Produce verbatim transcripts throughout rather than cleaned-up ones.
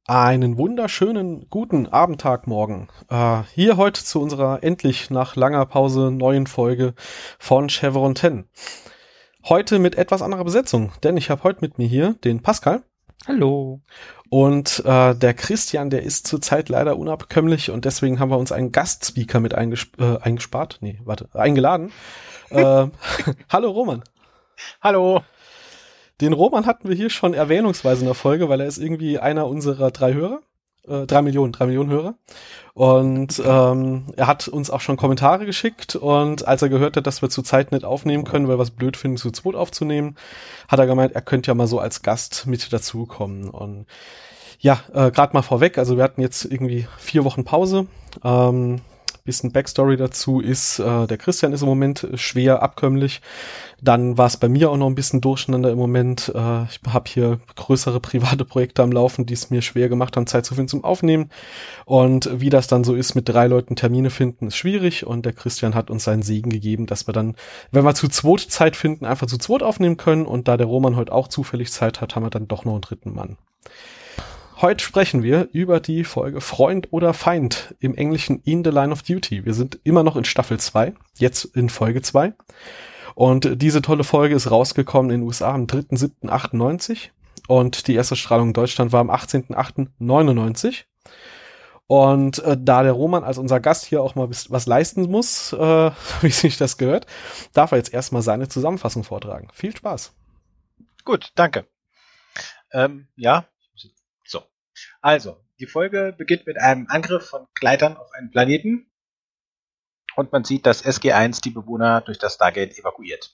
Einen wunderschönen guten Abend, Tag, Morgen. Äh, hier heute zu unserer endlich nach langer Pause neuen Folge von Chevron zehn. Heute mit etwas anderer Besetzung, denn ich habe heute mit mir hier den Pascal. Hallo. Und äh, der Christian, der ist zurzeit leider unabkömmlich und deswegen haben wir uns einen Gastspeaker mit eingesp- äh, eingespart. Nee, warte, eingeladen. äh, Hallo Roman. Hallo. Den Roman hatten wir hier schon erwähnungsweise in der Folge, weil er ist irgendwie einer unserer drei Hörer. Äh, drei Millionen, drei Millionen Hörer. Und ähm, er hat uns auch schon Kommentare geschickt und als er gehört hat, dass wir zurzeit nicht aufnehmen können, weil wir es blöd finden, zu zweit aufzunehmen, hat er gemeint, er könnte ja mal so als Gast mit dazukommen. Und ja, äh, gerade mal vorweg, also wir hatten jetzt irgendwie vier Wochen Pause. Ähm, bisschen Backstory dazu ist, äh, der Christian ist im Moment schwer abkömmlich. Dann war es bei mir auch noch ein bisschen durcheinander im Moment. Äh, ich habe hier größere private Projekte am Laufen, die es mir schwer gemacht haben, Zeit zu finden zum Aufnehmen. Und wie das dann so ist, mit drei Leuten Termine finden, ist schwierig. Und der Christian hat uns seinen Segen gegeben, dass wir dann, wenn wir zu zweit Zeit finden, einfach zu zweit aufnehmen können. Und da der Roman heute auch zufällig Zeit hat, haben wir dann doch noch einen dritten Mann. Heute sprechen wir über die Folge Freund oder Feind, im Englischen In the Line of Duty. Wir sind immer noch in Staffel zwei, jetzt in Folge zwei. Und diese tolle Folge ist rausgekommen in den U S A am dritter siebter achtundneunzig. Und die erste Strahlung in Deutschland war am achtzehnter achter neunundneunzig. Und äh, da der Roman als unser Gast hier auch mal was leisten muss, äh, wie sich das gehört, darf er jetzt erstmal seine Zusammenfassung vortragen. Viel Spaß. Gut, danke. Ähm, ja, so. Also, die Folge beginnt mit einem Angriff von Gleitern auf einen Planeten und man sieht, dass S G eins die Bewohner durch das Stargate evakuiert.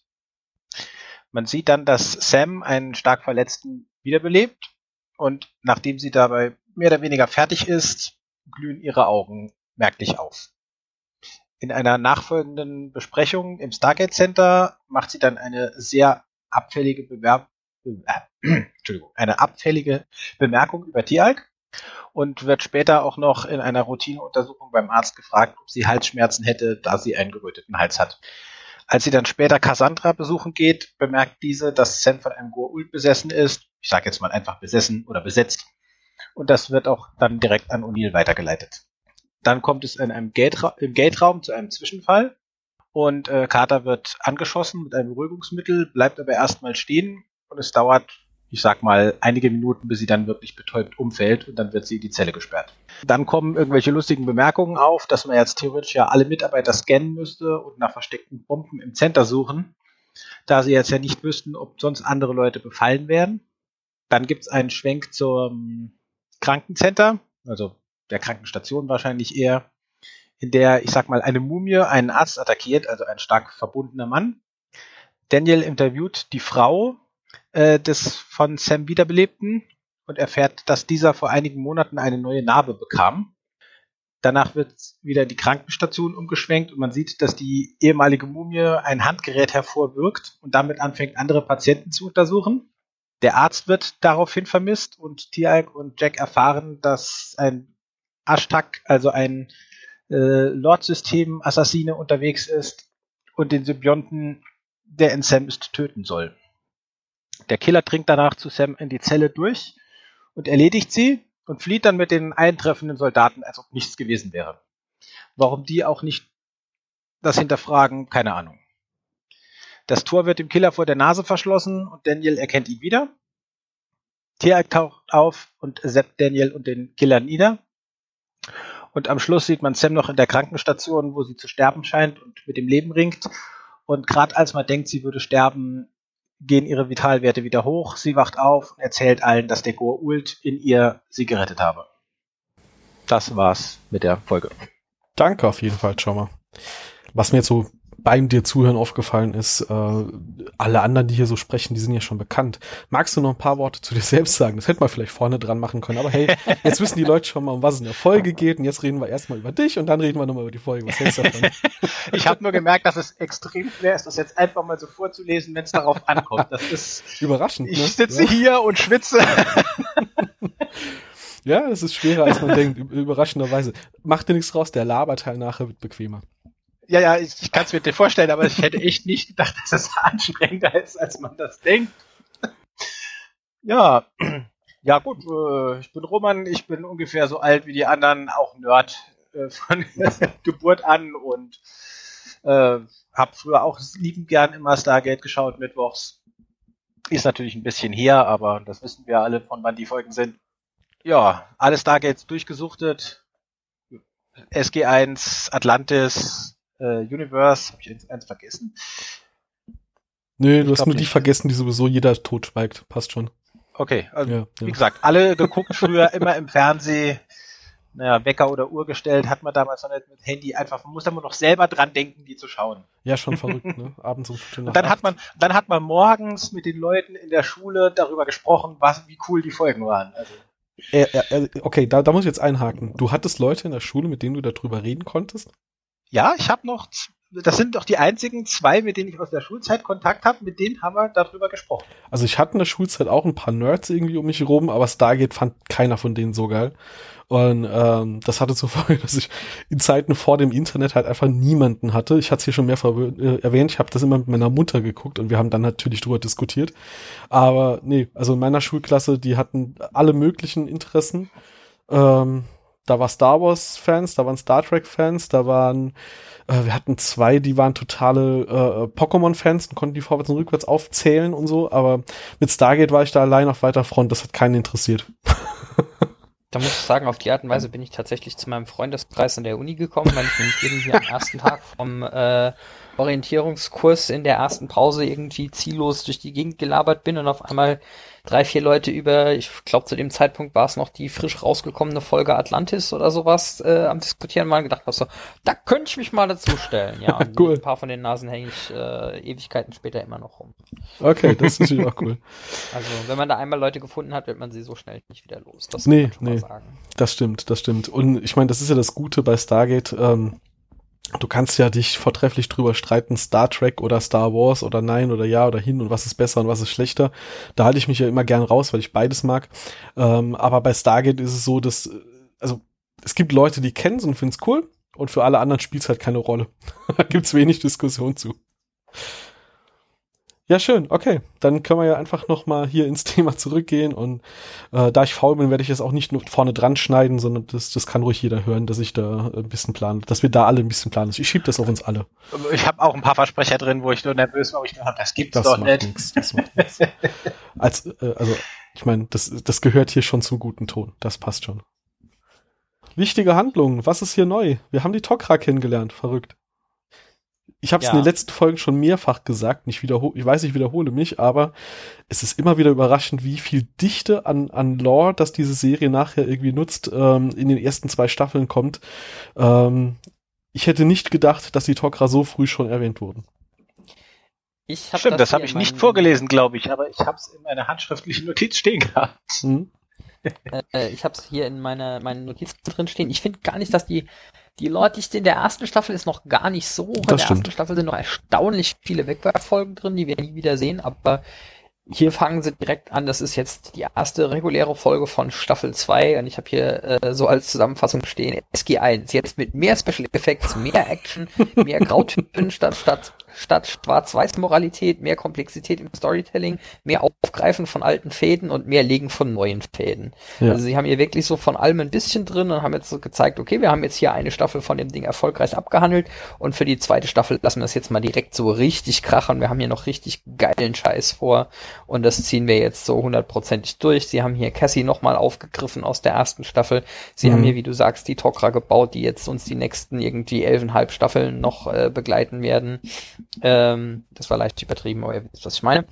Man sieht dann, dass Sam einen stark Verletzten wiederbelebt und nachdem sie dabei mehr oder weniger fertig ist, glühen ihre Augen merklich auf. In einer nachfolgenden Besprechung im Stargate Center macht sie dann eine sehr abfällige Bewerbung Entschuldigung, eine abfällige Bemerkung über Tieralk und wird später auch noch in einer Routineuntersuchung beim Arzt gefragt, ob sie Halsschmerzen hätte, da sie einen geröteten Hals hat. Als sie dann später Cassandra besuchen geht, bemerkt diese, dass Sam von einem Goa'uld besessen ist. Ich sage jetzt mal einfach besessen oder besetzt. Und das wird auch dann direkt an O'Neill weitergeleitet. Dann kommt es in einem Gate-Ra- im Gate-Raum zu einem Zwischenfall und äh, Carter wird angeschossen mit einem Beruhigungsmittel, bleibt aber erstmal stehen. Und es dauert, ich sag mal, einige Minuten, bis sie dann wirklich betäubt umfällt und dann wird sie in die Zelle gesperrt. Dann kommen irgendwelche lustigen Bemerkungen auf, dass man jetzt theoretisch ja alle Mitarbeiter scannen müsste und nach versteckten Bomben im Center suchen, da sie jetzt ja nicht wüssten, ob sonst andere Leute befallen werden. Dann gibt es einen Schwenk zum Krankencenter, also der Krankenstation wahrscheinlich eher, in der, ich sag mal, eine Mumie einen Arzt attackiert, also ein stark verbundener Mann. Daniel interviewt die Frau des von Sam Wiederbelebten und erfährt, dass dieser vor einigen Monaten eine neue Narbe bekam. Danach wird wieder in die Krankenstation umgeschwenkt und man sieht, dass die ehemalige Mumie ein Handgerät hervorwirkt und damit anfängt, andere Patienten zu untersuchen. Der Arzt wird daraufhin vermisst und Tieralk und Jack erfahren, dass ein Ashtak, also ein äh, Lord-System-Assassine unterwegs ist und den Symbionten, der in Sam ist, töten soll. Der Killer dringt danach zu Sam in die Zelle durch und erledigt sie und flieht dann mit den eintreffenden Soldaten, als ob nichts gewesen wäre. Warum die auch nicht das hinterfragen, keine Ahnung. Das Tor wird dem Killer vor der Nase verschlossen und Daniel erkennt ihn wieder. Tieralk taucht auf und seppt Daniel und den Killer nieder. Und am Schluss sieht man Sam noch in der Krankenstation, wo sie zu sterben scheint und mit dem Leben ringt. Und gerade als man denkt, sie würde sterben, gehen ihre Vitalwerte wieder hoch. Sie wacht auf und erzählt allen, dass der Goa'uld in ihr sie gerettet habe. Das war's mit der Folge. Danke auf jeden Fall schon mal. Was mir jetzt so beim dir Zuhören aufgefallen ist, äh, alle anderen, die hier so sprechen, die sind ja schon bekannt. Magst du noch ein paar Worte zu dir selbst sagen? Das hätte man vielleicht vorne dran machen können, aber hey, jetzt wissen die Leute schon mal, um was es in der Folge geht und jetzt reden wir erstmal über dich und dann reden wir nochmal über die Folge. Was hältst du davon? Ich habe nur gemerkt, dass es extrem schwer ist, das jetzt einfach mal so vorzulesen, wenn es darauf ankommt. Das ist überraschend. Ich ne? sitze ja. hier und schwitze. Ja, es ist schwerer, als man denkt, überraschenderweise. Mach dir nichts draus, der Laberteil nachher wird bequemer. Ja, ja, ich, ich kann es mir dir vorstellen, aber ich hätte echt nicht gedacht, dass es anstrengender ist, als man das denkt. Ja, Ja gut, äh, ich bin Roman, ich bin ungefähr so alt wie die anderen, auch Nerd äh, von Geburt an und äh, habe früher auch liebend gern immer Stargate geschaut, mittwochs. Ist natürlich ein bisschen her, aber das wissen wir alle, von wann die Folgen sind. Ja, alle Stargates durchgesuchtet. S G eins, Atlantis, äh, Universe, habe ich eins, eins vergessen? Nö, Ich du hast glaub nur die nicht. vergessen, die sowieso jeder totschweigt. Passt schon. Okay, also Ja, wie ja. gesagt, alle geguckt früher, immer im Fernsehen. Naja, Wecker oder Uhr gestellt, hat man damals noch nicht mit Handy. Einfach, man muss da noch selber dran denken, die zu schauen. Ja, schon verrückt, ne? Abends um Viertel nach Und dann acht. hat man, dann hat man morgens mit den Leuten in der Schule darüber gesprochen, was, wie cool die Folgen waren. Also, Äh, äh, okay, da, da muss ich jetzt einhaken. Du hattest Leute in der Schule, mit denen du darüber reden konntest? ja, ich habe noch, das sind doch die einzigen zwei, mit denen ich aus der Schulzeit Kontakt habe, mit denen haben wir darüber gesprochen. Also ich hatte in der Schulzeit auch ein paar Nerds irgendwie um mich herum, aber Stargate fand keiner von denen so geil. Und ähm, das hatte zur Folge, dass ich in Zeiten vor dem Internet halt einfach niemanden hatte. Ich hatte es hier schon mehrfach äh, erwähnt, ich habe das immer mit meiner Mutter geguckt und wir haben dann natürlich drüber diskutiert. Aber nee, also in meiner Schulklasse, die hatten alle möglichen Interessen. Ähm, da war Star Wars Fans, da waren Star Trek Fans, da waren äh, wir hatten zwei, die waren totale äh, Pokémon-Fans und konnten die vorwärts und rückwärts aufzählen und so, aber mit Stargate war ich da allein auf weiter Front, das hat keinen interessiert. Da muss ich sagen, auf die Art und Weise bin ich tatsächlich zu meinem Freundeskreis an der Uni gekommen, weil ich nämlich irgendwie am ersten Tag vom äh, Orientierungskurs in der ersten Pause irgendwie ziellos durch die Gegend gelabert bin und auf einmal drei, vier Leute über, ich glaube zu dem Zeitpunkt war es noch die frisch rausgekommene Folge Atlantis oder sowas äh, am Diskutieren waren, gedacht habe so, da könnte ich mich mal dazu stellen. Ja, und Cool. ein paar von den Nasen hänge ich äh, Ewigkeiten später immer noch rum. Okay, das ist natürlich auch cool. Also wenn man da einmal Leute gefunden hat, wird man sie so schnell nicht wieder los. Das Nee, kann man schon nee. mal sagen. Das stimmt, das stimmt. Und ich meine, das ist ja das Gute bei Stargate. Ähm, du kannst ja dich vortrefflich drüber streiten, Star Trek oder Star Wars oder nein oder ja oder hin und was ist besser und was ist schlechter. Da halte ich mich ja immer gern raus, weil ich beides mag. Ähm, aber bei Stargate ist es so, dass, also es gibt Leute, die kennen es und finden es cool und für alle anderen spielt es halt keine Rolle. Da gibt's wenig Diskussion zu. Ja, schön. Okay, dann können wir ja einfach noch mal hier ins Thema zurückgehen und äh, da ich faul bin, werde ich es auch nicht nur vorne dran schneiden, sondern das, das kann ruhig jeder hören, dass ich da ein bisschen plane, dass wir da alle ein bisschen planen. Ich schiebe das auf uns alle. Ich habe auch ein paar Versprecher drin, wo ich nur nervös war, wo ich gedacht habe, das gibt's Das doch macht nicht. nichts. Das macht nichts. Als, äh, also, ich meine, das, das gehört hier schon zum guten Ton. Das passt schon. Wichtige Handlungen. Was ist hier neu? Wir haben die Tok'ra kennengelernt. Verrückt. Ich habe es Ja. in den letzten Folgen schon mehrfach gesagt. Ich, wiederhole, ich weiß, ich wiederhole mich, aber es ist immer wieder überraschend, wie viel Dichte an, an Lore, dass diese Serie nachher irgendwie nutzt, ähm, in den ersten zwei Staffeln kommt. Ähm, ich hätte nicht gedacht, dass die Tok'ra so früh schon erwähnt wurden. Ich hab Stimmt, das, hier habe ich in nicht meinen- vorgelesen, glaube ich, aber ich habe es in meiner handschriftlichen Notiz stehen gehabt. Hm? Äh, ich habe es hier in meiner meinen Notizen drin stehen. Ich finde gar nicht, dass die die Lore-Dichte in der ersten Staffel ist noch gar nicht so hoch. In Das der stimmt. ersten Staffel sind noch erstaunlich viele Wegwerffolgen drin, die wir nie wieder sehen, aber hier fangen sie direkt an. Das ist jetzt die erste reguläre Folge von Staffel zwei und ich habe hier äh, so als Zusammenfassung stehen S G eins. Jetzt mit mehr Special Effects, mehr Action, mehr Grautypen statt statt statt Schwarz-Weiß-Moralität, mehr Komplexität im Storytelling, mehr Aufgreifen von alten Fäden und mehr Legen von neuen Fäden. Ja. Also sie haben hier wirklich so von allem ein bisschen drin und haben jetzt so gezeigt, okay, wir haben jetzt hier eine Staffel von dem Ding erfolgreich abgehandelt und für die zweite Staffel lassen wir das jetzt mal direkt so richtig krachen. Wir haben hier noch richtig geilen Scheiß vor und das ziehen wir jetzt so hundertprozentig durch. Sie haben hier Cassie nochmal aufgegriffen aus der ersten Staffel. Sie Mhm. haben hier, wie du sagst, die Tok'ra gebaut, die jetzt uns die nächsten irgendwie elfeinhalb Staffeln noch äh, begleiten werden. Ähm, das war leicht übertrieben, aber ihr wisst, was ich meine.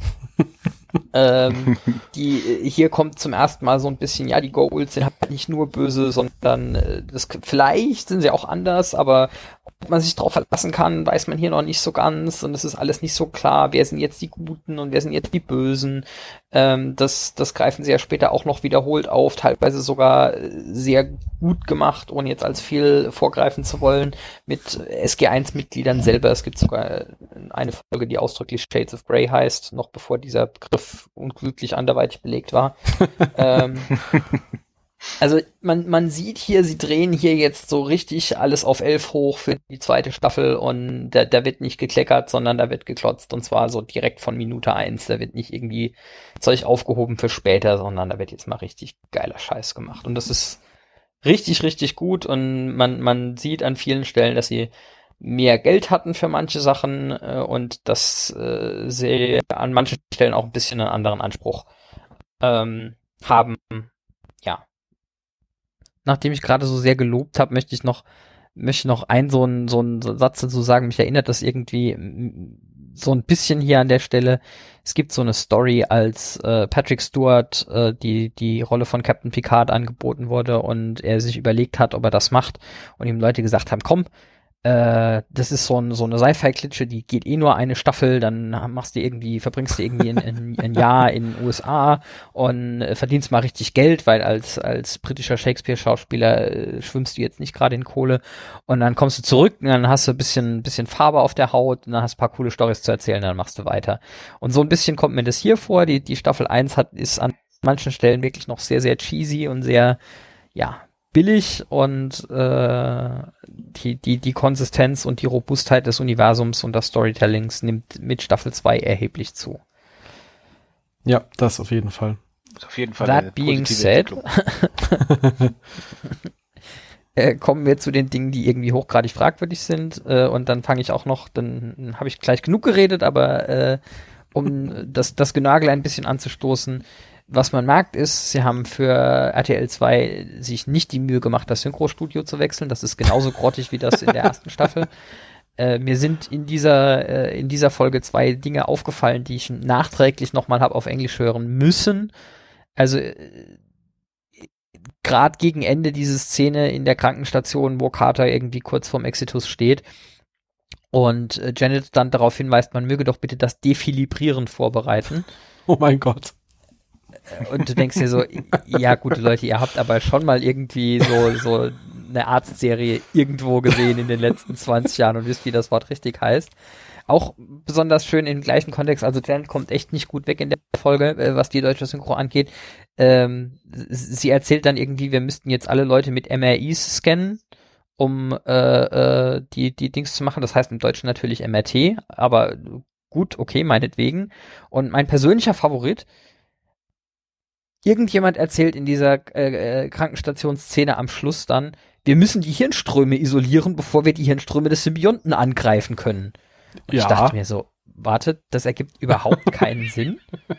ähm, die, äh, hier kommt zum ersten Mal so ein bisschen, ja, die Goa'uld sind halt nicht nur böse, sondern äh, das, vielleicht sind sie auch anders, aber ob man sich drauf verlassen kann, weiß man hier noch nicht so ganz und es ist alles nicht so klar, wer sind jetzt die Guten und wer sind jetzt die Bösen. Ähm, das, das greifen sie ja später auch noch wiederholt auf, teilweise sogar äh, sehr gut gemacht, ohne jetzt als viel vorgreifen zu wollen, mit S G eins Mitgliedern selber. Es gibt sogar äh, eine Folge, die ausdrücklich Shades of Grey heißt, noch bevor dieser Begriff unglücklich anderweitig belegt war. ähm, Also man, man sieht hier, sie drehen hier jetzt so richtig alles auf elf hoch für die zweite Staffel und da, da wird nicht gekleckert, sondern da wird geklotzt und zwar so direkt von Minute eins. Da wird nicht irgendwie Zeug aufgehoben für später, sondern da wird jetzt mal richtig geiler Scheiß gemacht. Und das ist richtig, richtig gut und man, man sieht an vielen Stellen, dass sie mehr Geld hatten für manche Sachen äh, und dass äh, sie an manchen Stellen auch ein bisschen einen anderen Anspruch ähm, haben. Ja. Nachdem ich gerade so sehr gelobt habe, möchte ich noch möchte noch einen so einen so einen Satz dazu sagen. Mich erinnert das irgendwie so ein bisschen hier an der Stelle. Es gibt so eine Story, als äh, Patrick Stewart äh, die die Rolle von Captain Picard angeboten wurde und er sich überlegt hat, ob er das macht und ihm Leute gesagt haben, komm, äh, das ist so, ein, so eine Sci-Fi-Klitsche, die geht eh nur eine Staffel, dann machst du irgendwie, verbringst du irgendwie ein, ein, ein Jahr in den U S A und äh, verdienst mal richtig Geld, weil als als britischer Shakespeare-Schauspieler äh, schwimmst du jetzt nicht gerade in Kohle und dann kommst du zurück und dann hast du ein bisschen, bisschen Farbe auf der Haut und dann hast du ein paar coole Storys zu erzählen, dann machst du weiter. Und so ein bisschen kommt mir das hier vor, die, die Staffel eins hat, ist an manchen Stellen wirklich noch sehr, sehr cheesy und sehr, ja, billig und äh, die, die, die Konsistenz und die Robustheit des Universums und des Storytellings nimmt mit Staffel zwei erheblich zu. Ja, das auf jeden Fall. Das ist auf jeden Fall That eine being positive said, Entwicklung. äh, kommen wir zu den Dingen, die irgendwie hochgradig fragwürdig sind äh, und dann fange ich auch noch, dann habe ich gleich genug geredet, aber äh, um das, das Genagel ein bisschen anzustoßen, was man merkt ist, sie haben für R T L zwei sich nicht die Mühe gemacht, das Synchrostudio zu wechseln. Das ist genauso grottig wie das in der ersten Staffel. Äh, mir sind in dieser äh, in dieser Folge zwei Dinge aufgefallen, die ich nachträglich nochmal habe auf Englisch hören müssen. Also äh, gerade gegen Ende diese Szene in der Krankenstation, wo Carter irgendwie kurz vorm Exitus steht und äh, Janet dann darauf hinweist, man möge doch bitte das Defilibrieren vorbereiten. Oh mein Gott. Und du denkst dir so, ja, gute Leute, ihr habt aber schon mal irgendwie so, so eine Arztserie irgendwo gesehen in den letzten zwanzig Jahren und wisst, wie das Wort richtig heißt. Auch besonders schön im gleichen Kontext, also Janet kommt echt nicht gut weg in der Folge, was die deutsche Synchro angeht. Ähm, sie erzählt dann irgendwie, wir müssten jetzt alle Leute mit M R Is scannen, um äh, äh, die, die Dings zu machen. Das heißt im Deutschen natürlich M R T, aber gut, okay, meinetwegen. Und mein persönlicher Favorit, irgendjemand erzählt in dieser äh, Krankenstationsszene am Schluss dann, wir müssen die Hirnströme isolieren, bevor wir die Hirnströme des Symbionten angreifen können. Und Ja. ich dachte mir so, warte, das ergibt überhaupt keinen Sinn.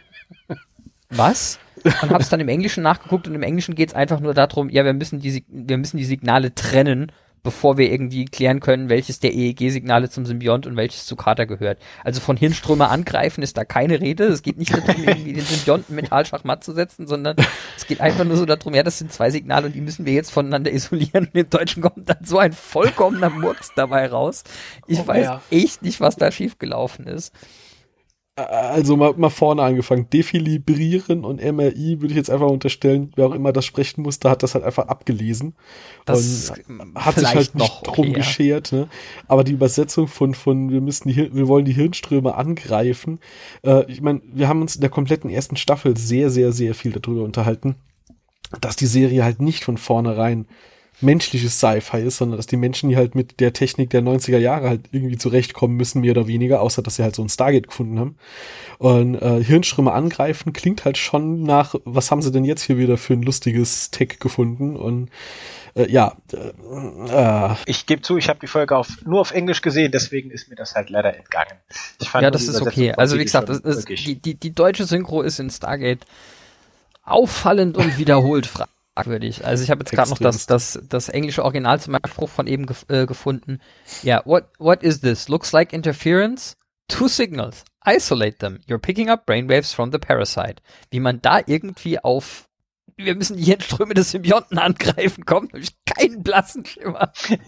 Was? Und hab's dann im Englischen nachgeguckt und im Englischen geht's einfach nur darum, ja, wir müssen die, Sig- wir müssen die Signale trennen, bevor wir irgendwie klären können, welches der E E G-Signale zum Symbiont und welches zu Carter gehört. Also von Hirnströme angreifen ist da keine Rede. Es geht nicht darum, irgendwie den Symbionten mental schachmatt zu setzen, sondern es geht einfach nur so darum, ja, das sind zwei Signale und die müssen wir jetzt voneinander isolieren. Und im Deutschen kommt dann so ein vollkommener Murks dabei raus. Ich Oh, weiß ja. echt nicht, was da schiefgelaufen ist. Also mal, mal vorne angefangen. Defilibrieren und M R I würde ich jetzt einfach unterstellen, wer auch immer das sprechen musste, hat das halt einfach abgelesen. Das und hat sich vielleicht halt nicht noch drum okay, ja. geschert. Ne? Aber die Übersetzung von, von wir müssen die, Hir- wir wollen die Hirnströme angreifen. Äh, ich meine, wir haben uns in der kompletten ersten Staffel sehr, sehr, sehr viel darüber unterhalten, dass die Serie halt nicht von vornherein menschliches Sci-Fi ist, sondern dass die Menschen hier halt mit der Technik der neunziger Jahre halt irgendwie zurechtkommen müssen, mehr oder weniger, außer dass sie halt so ein Stargate gefunden haben. Und äh, Hirnströme angreifen klingt halt schon nach, was haben sie denn jetzt hier wieder für ein lustiges Tech gefunden? Und äh, ja, äh, äh, Ich gebe zu, ich habe die Folge auf, nur auf Englisch gesehen, deswegen ist mir das halt leider entgangen. Ich fand Ja, nur das die ist Übersetzung okay. von Also wie Vicky gesagt, schon das ist, wirklich- die, die, die deutsche Synchro ist in Stargate auffallend und wiederholt fragwürdig. Also ich habe jetzt gerade noch das, das, das englische Original zum Spruch von eben gef äh, gefunden. Ja, what, what is this? Looks like interference? Two signals. Isolate them. You're picking up brainwaves from the parasite. Wie man da irgendwie auf wir müssen die Hirnströme des Symbionten angreifen kommt, habe ich keinen blassen Schimmer.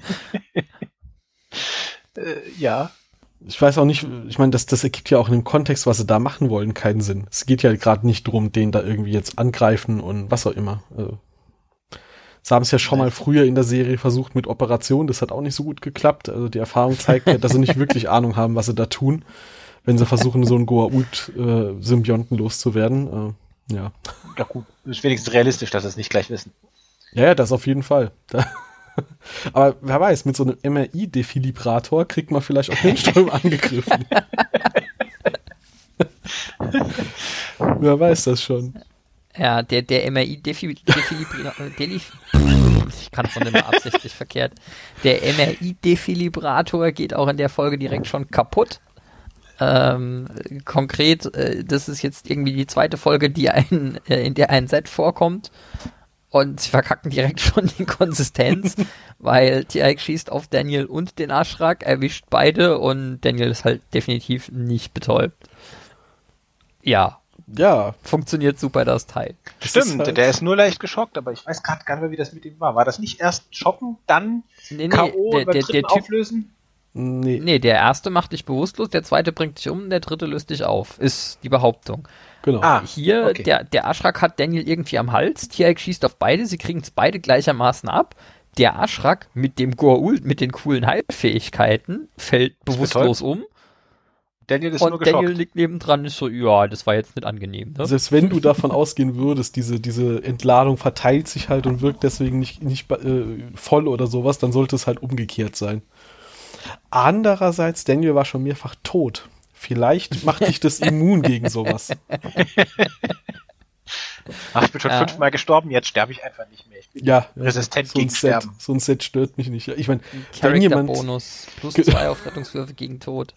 Äh, ja. ich weiß auch nicht, ich meine, das, das ergibt ja auch in dem Kontext, was sie da machen wollen, keinen Sinn. Es geht ja gerade nicht drum, den da irgendwie jetzt angreifen und was auch immer. Also, sie haben es ja schon mal früher in der Serie versucht mit Operationen, das hat auch nicht so gut geklappt. Also die Erfahrung zeigt ja, dass sie nicht wirklich Ahnung haben, was sie da tun, wenn sie versuchen, so einen Goa'uld-Symbionten loszuwerden. Äh, ja. Ja gut, ist wenigstens realistisch, dass sie es nicht gleich wissen. Ja, ja, das auf jeden Fall. Da aber wer weiß, mit so einem M R I-Defibrillator kriegt man vielleicht auch Hirnströme angegriffen. Wer weiß das schon. Ja, der, der M R I-Defibrillator, ich kann es noch nicht mehr absichtlich verkehrt. Der M R I-Defibrillator geht auch in der Folge direkt schon kaputt. Ähm, konkret, äh, das ist jetzt irgendwie die zweite Folge, die ein, äh, in der ein Set vorkommt. Und sie verkacken direkt schon die Konsistenz, weil Tiaik schießt auf Daniel und den Ashrak, erwischt beide und Daniel ist halt definitiv nicht betäubt. Ja. Ja. Funktioniert super, das Teil. Das Stimmt, ist halt der ist nur leicht geschockt, aber ich weiß gerade gar nicht mehr, wie das mit ihm war. War das nicht erst schocken, dann nee, nee, K O der, über der, Dritten der typ, auflösen? Nee. nee, der erste macht dich bewusstlos, der zweite bringt dich um, der dritte löst dich auf, ist die Behauptung. Genau. Ah, Hier, okay. der, der Ashrak hat Daniel irgendwie am Hals, Tiaik schießt auf beide, sie kriegen es beide gleichermaßen ab. Der Ashrak mit dem Goa'uld, mit den coolen Heilfähigkeiten, fällt bewusstlos um. Daniel ist und nur geschockt. Daniel liegt nebendran, ist so, ja, das war jetzt nicht angenehm. Ne? Selbst wenn du davon ausgehen würdest, diese, diese Entladung verteilt sich halt und wirkt deswegen nicht, nicht äh, voll oder sowas, dann sollte es halt umgekehrt sein. Andererseits, Daniel war schon mehrfach tot. Vielleicht macht dich das immun gegen sowas. Ach, ich bin schon ja. fünfmal gestorben, jetzt sterbe ich einfach nicht mehr. Ich bin ja, resistent so gegen Set, Sterben. So ein Set stört mich nicht. Ich meine, Charakterbonus plus zwei auf Rettungswürfe gegen Tod.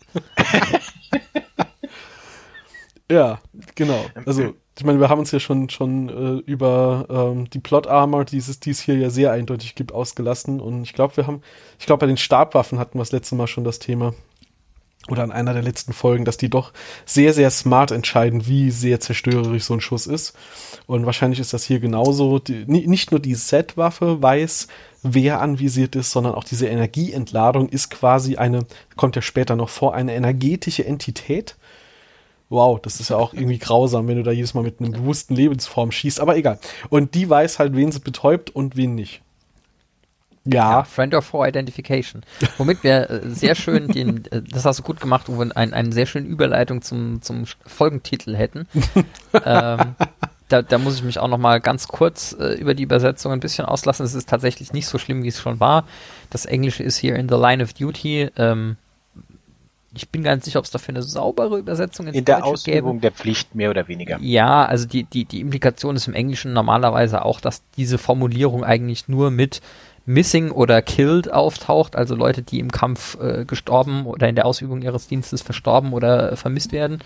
Ja, genau. Also, ich meine, wir haben uns ja schon schon äh, über ähm, die Plot Armor, die es dies hier ja sehr eindeutig gibt, ausgelassen. Und ich glaube, wir haben, ich glaube, bei den Stabwaffen hatten wir das letzte Mal schon das Thema. Oder an einer der letzten Folgen, dass die doch sehr, sehr smart entscheiden, wie sehr zerstörerisch so ein Schuss ist. Und wahrscheinlich ist das hier genauso. Die, nicht nur die Set-Waffe weiß, wer anvisiert ist, sondern auch diese Energieentladung ist quasi eine, kommt ja später noch vor, eine energetische Entität. Wow, das ist ja auch irgendwie grausam, wenn du da jedes Mal mit einer bewussten Lebensform schießt. Aber egal. Und die weiß halt, wen sie betäubt und wen nicht. Ja. ja. Friend of Four Identification. Womit wir äh, sehr schön den, äh, das hast du gut gemacht, Uwe, ein, eine sehr schöne Überleitung zum, zum Folgentitel hätten. ähm, da, da muss ich mich auch noch mal ganz kurz äh, über die Übersetzung ein bisschen auslassen. Es ist tatsächlich nicht so schlimm, wie es schon war. Das Englische ist hier in the line of duty. Ähm, ich bin gar nicht sicher, ob es dafür eine saubere Übersetzung ins in der Deutsche Ausübung gäbe. der Pflicht mehr oder weniger. Ja, also die, die, die Implikation ist im Englischen normalerweise auch, dass diese Formulierung eigentlich nur mit missing oder killed auftaucht, also Leute, die im Kampf äh, gestorben oder in der Ausübung ihres Dienstes verstorben oder äh, vermisst werden.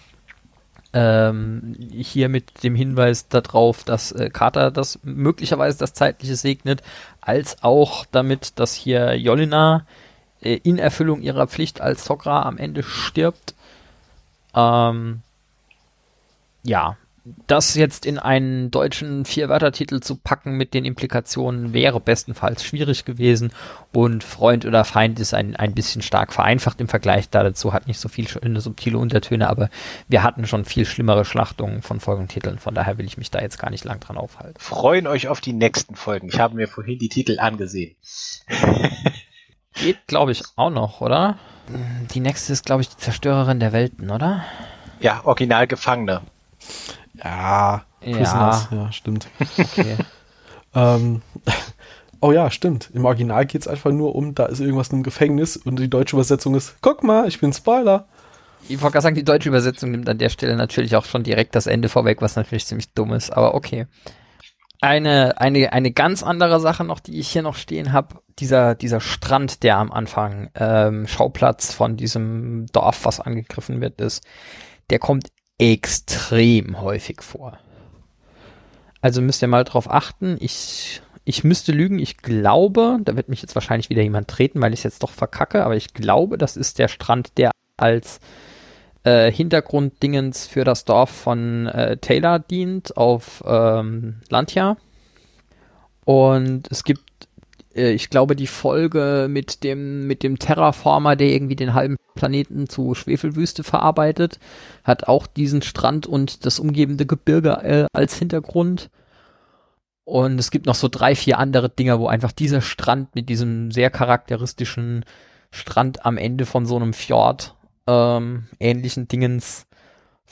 Ähm, hier mit dem Hinweis darauf, dass äh, Carter das möglicherweise das Zeitliche segnet, als auch damit, dass hier Yolina äh, in Erfüllung ihrer Pflicht als Sokra am Ende stirbt. Ähm, ja, das jetzt in einen deutschen Vier-Wörter-Titel zu packen mit den Implikationen wäre bestenfalls schwierig gewesen und Freund oder Feind ist ein, ein bisschen stark vereinfacht im Vergleich dazu, hat nicht so viel schöne subtile Untertöne, aber wir hatten schon viel schlimmere Schlachtungen von Folgentiteln, von daher will ich mich da jetzt gar nicht lang dran aufhalten. Freuen euch auf die nächsten Folgen. Ich habe mir vorhin die Titel angesehen. Geht, glaube ich, auch noch, oder? Die nächste ist, glaube ich, die Zerstörerin der Welten, oder? Ja, original Gefangene. Ja, Prisoners, ja, ja stimmt. Okay. ähm, oh ja, stimmt. Im Original geht es einfach nur um, da ist irgendwas in einem Gefängnis und die deutsche Übersetzung ist, guck mal, ich bin Spoiler. Ich wollte gerade sagen, die deutsche Übersetzung nimmt an der Stelle natürlich auch schon direkt das Ende vorweg, was natürlich ziemlich dumm ist, aber okay. Eine, eine, eine ganz andere Sache noch, die ich hier noch stehen habe, dieser, dieser Strand, der am Anfang ähm, Schauplatz von diesem Dorf, was angegriffen wird, ist, der kommt extrem häufig vor. Also müsst ihr mal drauf achten. Ich, ich müsste lügen. Ich glaube, da wird mich jetzt wahrscheinlich wieder jemand treten, weil ich es jetzt doch verkacke, aber ich glaube, das ist der Strand, der als äh, Hintergrunddingens für das Dorf von äh, Taylor dient auf ähm, Lantia. Und es gibt, äh, ich glaube, die Folge mit dem, mit dem Terraformer, der irgendwie den halben Planeten zu Schwefelwüste verarbeitet, hat auch diesen Strand und das umgebende Gebirge äh, als Hintergrund. Und es gibt noch so drei, vier andere Dinger, wo einfach dieser Strand mit diesem sehr charakteristischen Strand am Ende von so einem Fjord ähm, ähnlichen Dingens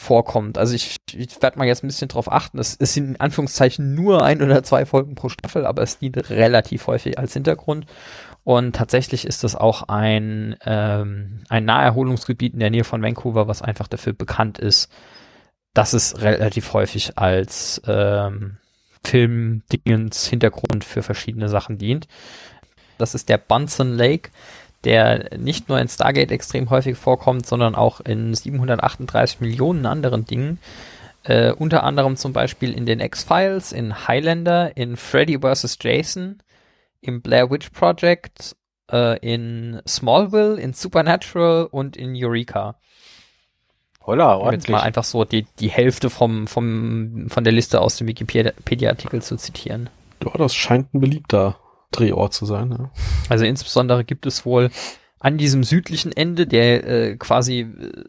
vorkommt. Also ich, ich werde mal jetzt ein bisschen drauf achten. Es, es sind in Anführungszeichen nur ein oder zwei Folgen pro Staffel, aber es dient relativ häufig als Hintergrund. Und tatsächlich ist das auch ein, ähm, ein Naherholungsgebiet in der Nähe von Vancouver, was einfach dafür bekannt ist, dass es relativ häufig als ähm, Film-Dingens Hintergrund für verschiedene Sachen dient. Das ist der Bunsen Lake, der nicht nur in Stargate extrem häufig vorkommt, sondern auch in siebenhundertachtunddreißig Millionen anderen Dingen. Äh, unter anderem zum Beispiel in den X-Files, in Highlander, in Freddy versus. Jason, im Blair Witch Project, äh, in Smallville, in Supernatural und in Eureka. Holla, Um jetzt mal einfach so die, die Hälfte vom, vom, von der Liste aus dem Wikipedia-Artikel zu zitieren. Ja, das scheint ein beliebter Drehort zu sein. Ja. Also insbesondere gibt es wohl an diesem südlichen Ende, der äh, quasi äh,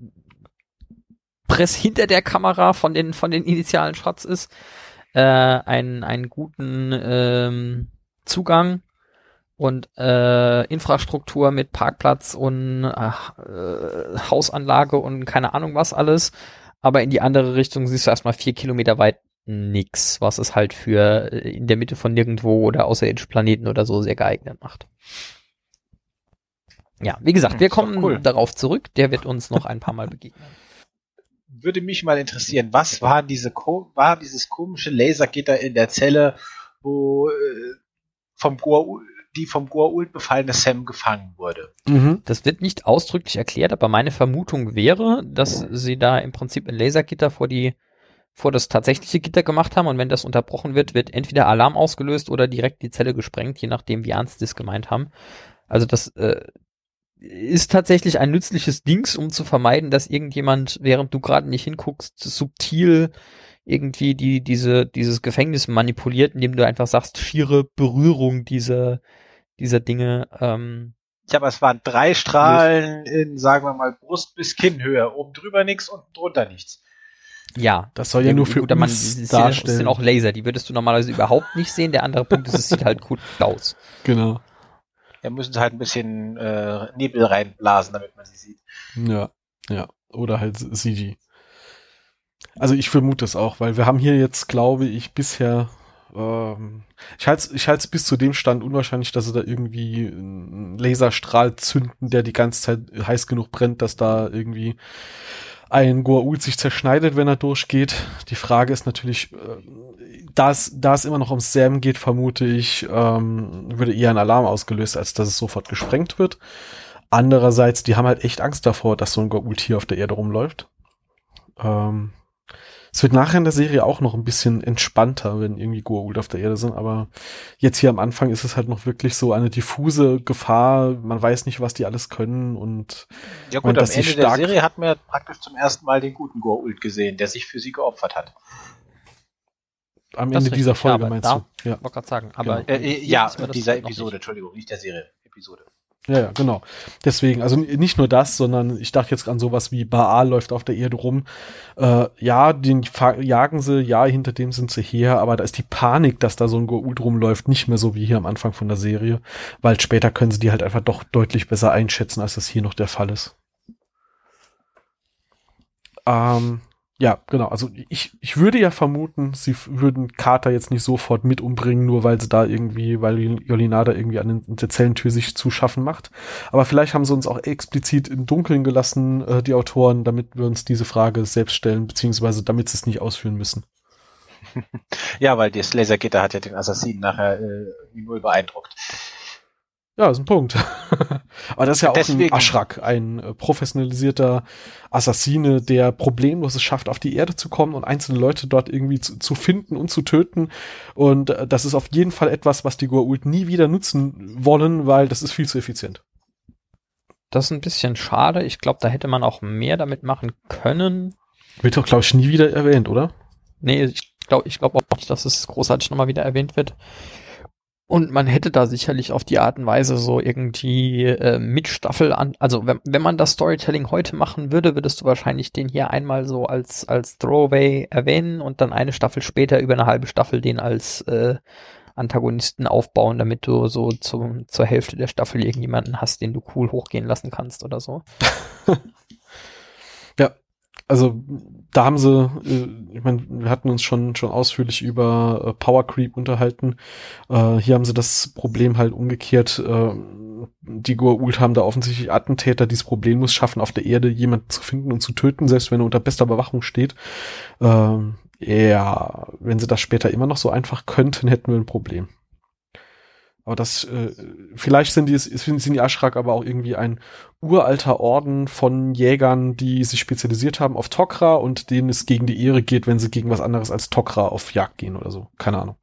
press hinter der Kamera von den, von den initialen Shots ist, äh, einen, einen guten ähm, Zugang und äh, Infrastruktur mit Parkplatz und äh, Hausanlage und keine Ahnung was alles. Aber in die andere Richtung siehst du erstmal vier Kilometer weit nix, was es halt für in der Mitte von nirgendwo oder außerirdischen Planeten oder so sehr geeignet macht. Ja, wie gesagt, wir kommen cool. darauf zurück. Der wird uns noch ein paar Mal begegnen. Würde mich mal interessieren, was war diese war dieses komische Lasergitter in der Zelle, wo äh, vom Goa'uld, die vom Goa'uld befallene Sam gefangen wurde? Mhm. Das wird nicht ausdrücklich erklärt, aber meine Vermutung wäre, dass sie da im Prinzip ein Lasergitter vor die vor das tatsächliche Gitter gemacht haben und wenn das unterbrochen wird, wird entweder Alarm ausgelöst oder direkt die Zelle gesprengt, je nachdem, wie ernst sie es gemeint haben. Also das äh, ist tatsächlich ein nützliches Dings, um zu vermeiden, dass irgendjemand, während du gerade nicht hinguckst, subtil irgendwie die diese dieses Gefängnis manipuliert, indem du einfach sagst, schiere Berührung dieser dieser Dinge. Ähm, ja, aber es waren drei Strahlen in, sagen wir mal, Brust- bis Kinnhöhe. Oben drüber nichts, unten drunter nichts. Ja, das soll ja, ja nur für gut, uns man, darstellen. Das sind auch Laser, die würdest du normalerweise überhaupt nicht sehen. Der andere Punkt ist, es sieht halt gut aus. Genau. Da müssen sie halt ein bisschen äh, Nebel reinblasen, damit man sie sieht. Ja, ja. Oder halt C G. Also ich vermute das auch, weil wir haben hier jetzt, glaube ich, bisher ähm, ich halte es ich halt's bis zu dem Stand unwahrscheinlich, dass sie da irgendwie einen Laserstrahl zünden, der die ganze Zeit heiß genug brennt, dass da irgendwie ein Goa'uld sich zerschneidet, wenn er durchgeht. Die Frage ist natürlich, äh, da es, da es immer noch um Sam geht, vermute ich, ähm, würde eher ein Alarm ausgelöst, als dass es sofort gesprengt wird. Andererseits, die haben halt echt Angst davor, dass so ein Goa'uld hier auf der Erde rumläuft. Ähm, es wird nachher in der Serie auch noch ein bisschen entspannter, wenn irgendwie Goa'uld auf der Erde sind, aber jetzt hier am Anfang ist es halt noch wirklich so eine diffuse Gefahr, man weiß nicht, was die alles können und ja gut, am Ende der Serie hat man ja praktisch zum ersten Mal den guten Goa'uld gesehen, der sich für sie geopfert hat. Am Ende dieser Folge ja, meinst da, du? Ja, wollte gerade sagen. Aber genau. äh, ja, dieser Episode, Entschuldigung, nicht der Serie, Episode. Ja, ja, genau. Deswegen, also nicht nur das, sondern ich dachte jetzt an sowas wie Baal läuft auf der Erde rum. Äh, ja, den jagen sie, ja, hinter dem sind sie her, aber da ist die Panik, dass da so ein Goa'uld rumläuft, nicht mehr so wie hier am Anfang von der Serie, weil später können sie die halt einfach doch deutlich besser einschätzen, als das hier noch der Fall ist. Ähm, ja, genau, also ich, ich würde ja vermuten, sie würden Carter jetzt nicht sofort mit umbringen, nur weil sie da irgendwie, weil Yolinada irgendwie an der Zellentür sich zu schaffen macht. Aber vielleicht haben sie uns auch explizit im Dunkeln gelassen, äh, die Autoren, damit wir uns diese Frage selbst stellen, beziehungsweise damit sie es nicht ausführen müssen. Ja, weil das Lasergitter hat ja den Assassinen nachher äh, null beeindruckt. Ja, ist ein Punkt. Aber das ist ja auch Deswegen. ein Aschrak, ein äh, professionalisierter Assassine, der problemlos es schafft, auf die Erde zu kommen und einzelne Leute dort irgendwie zu, zu finden und zu töten. Und äh, das ist auf jeden Fall etwas, was die Goa'uld nie wieder nutzen wollen, weil das ist viel zu effizient. Das ist ein bisschen schade. Ich glaube, da hätte man auch mehr damit machen können. Wird doch, glaube ich, nie wieder erwähnt, oder? Nee, ich glaube ich glaub auch nicht, dass es großartig nochmal wieder erwähnt wird. Und man hätte da sicherlich auf die Art und Weise so irgendwie äh, mit Staffel an, also wenn, wenn man das Storytelling heute machen würde, würdest du wahrscheinlich den hier einmal so als als Throwaway erwähnen und dann eine Staffel später über eine halbe Staffel den als äh, Antagonisten aufbauen, damit du so zum, zur Hälfte der Staffel irgendjemanden hast, den du cool hochgehen lassen kannst oder so. Ja, also da haben sie, äh, ich meine, wir hatten uns schon schon ausführlich über äh, Power Creep unterhalten. Äh, hier haben sie das Problem halt umgekehrt. Äh, die Goa'uld haben da offensichtlich Attentäter, die es problemlos schaffen, auf der Erde jemanden zu finden und zu töten, selbst wenn er unter bester Bewachung steht. Ähm, ja, wenn sie das später immer noch so einfach könnten, hätten wir ein Problem. Aber das, äh, vielleicht sind die, sind die Ashrak aber auch irgendwie ein uralter Orden von Jägern, die sich spezialisiert haben auf Tok'ra und denen es gegen die Ehre geht, wenn sie gegen was anderes als Tok'ra auf Jagd gehen oder so. Keine Ahnung.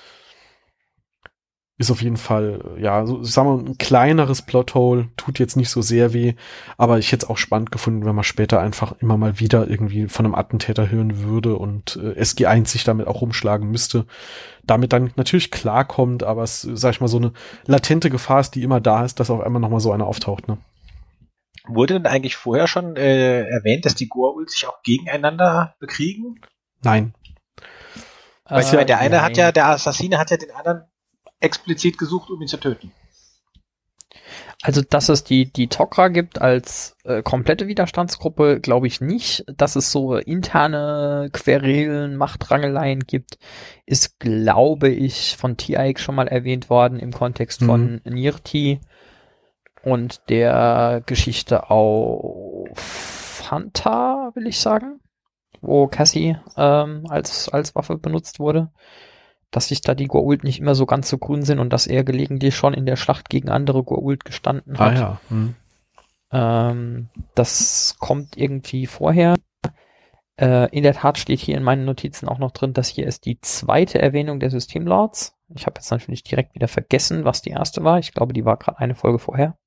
Ist auf jeden Fall, ja, so, sagen wir, ein kleineres Plothole, tut jetzt nicht so sehr weh, aber ich hätte es auch spannend gefunden, wenn man später einfach immer mal wieder irgendwie von einem Attentäter hören würde und äh, S G eins sich damit auch rumschlagen müsste, damit dann natürlich klarkommt, aber es, sag ich mal, so eine latente Gefahr ist, die immer da ist, dass auf einmal nochmal so einer auftaucht, ne? Wurde denn eigentlich vorher schon äh, erwähnt, dass die Goa'uld sich auch gegeneinander bekriegen? Nein. Weißt Äh, du, der eine nein. hat ja, der Assassine hat ja den anderen explizit gesucht, um ihn zu töten. Also, dass es die, die Tok'ra gibt als äh, komplette Widerstandsgruppe, glaube ich nicht. Dass es so interne Querelen, Machtrangeleien gibt, ist, glaube ich, von T I X schon mal erwähnt worden im Kontext von Mhm. Nirti und der Geschichte auf Hanta, will ich sagen, wo Cassie ähm, als, als Waffe benutzt wurde. Dass sich da die Goa'uld nicht immer so ganz so grün sind und dass er gelegentlich schon in der Schlacht gegen andere Goa'uld gestanden Ah hat. ja. Hm. Ähm, das kommt irgendwie vorher. Äh, in der Tat steht hier in meinen Notizen auch noch drin, dass hier ist die zweite Erwähnung der Systemlords. Ich habe jetzt natürlich direkt wieder vergessen, was die erste war. Ich glaube, die war gerade eine Folge vorher.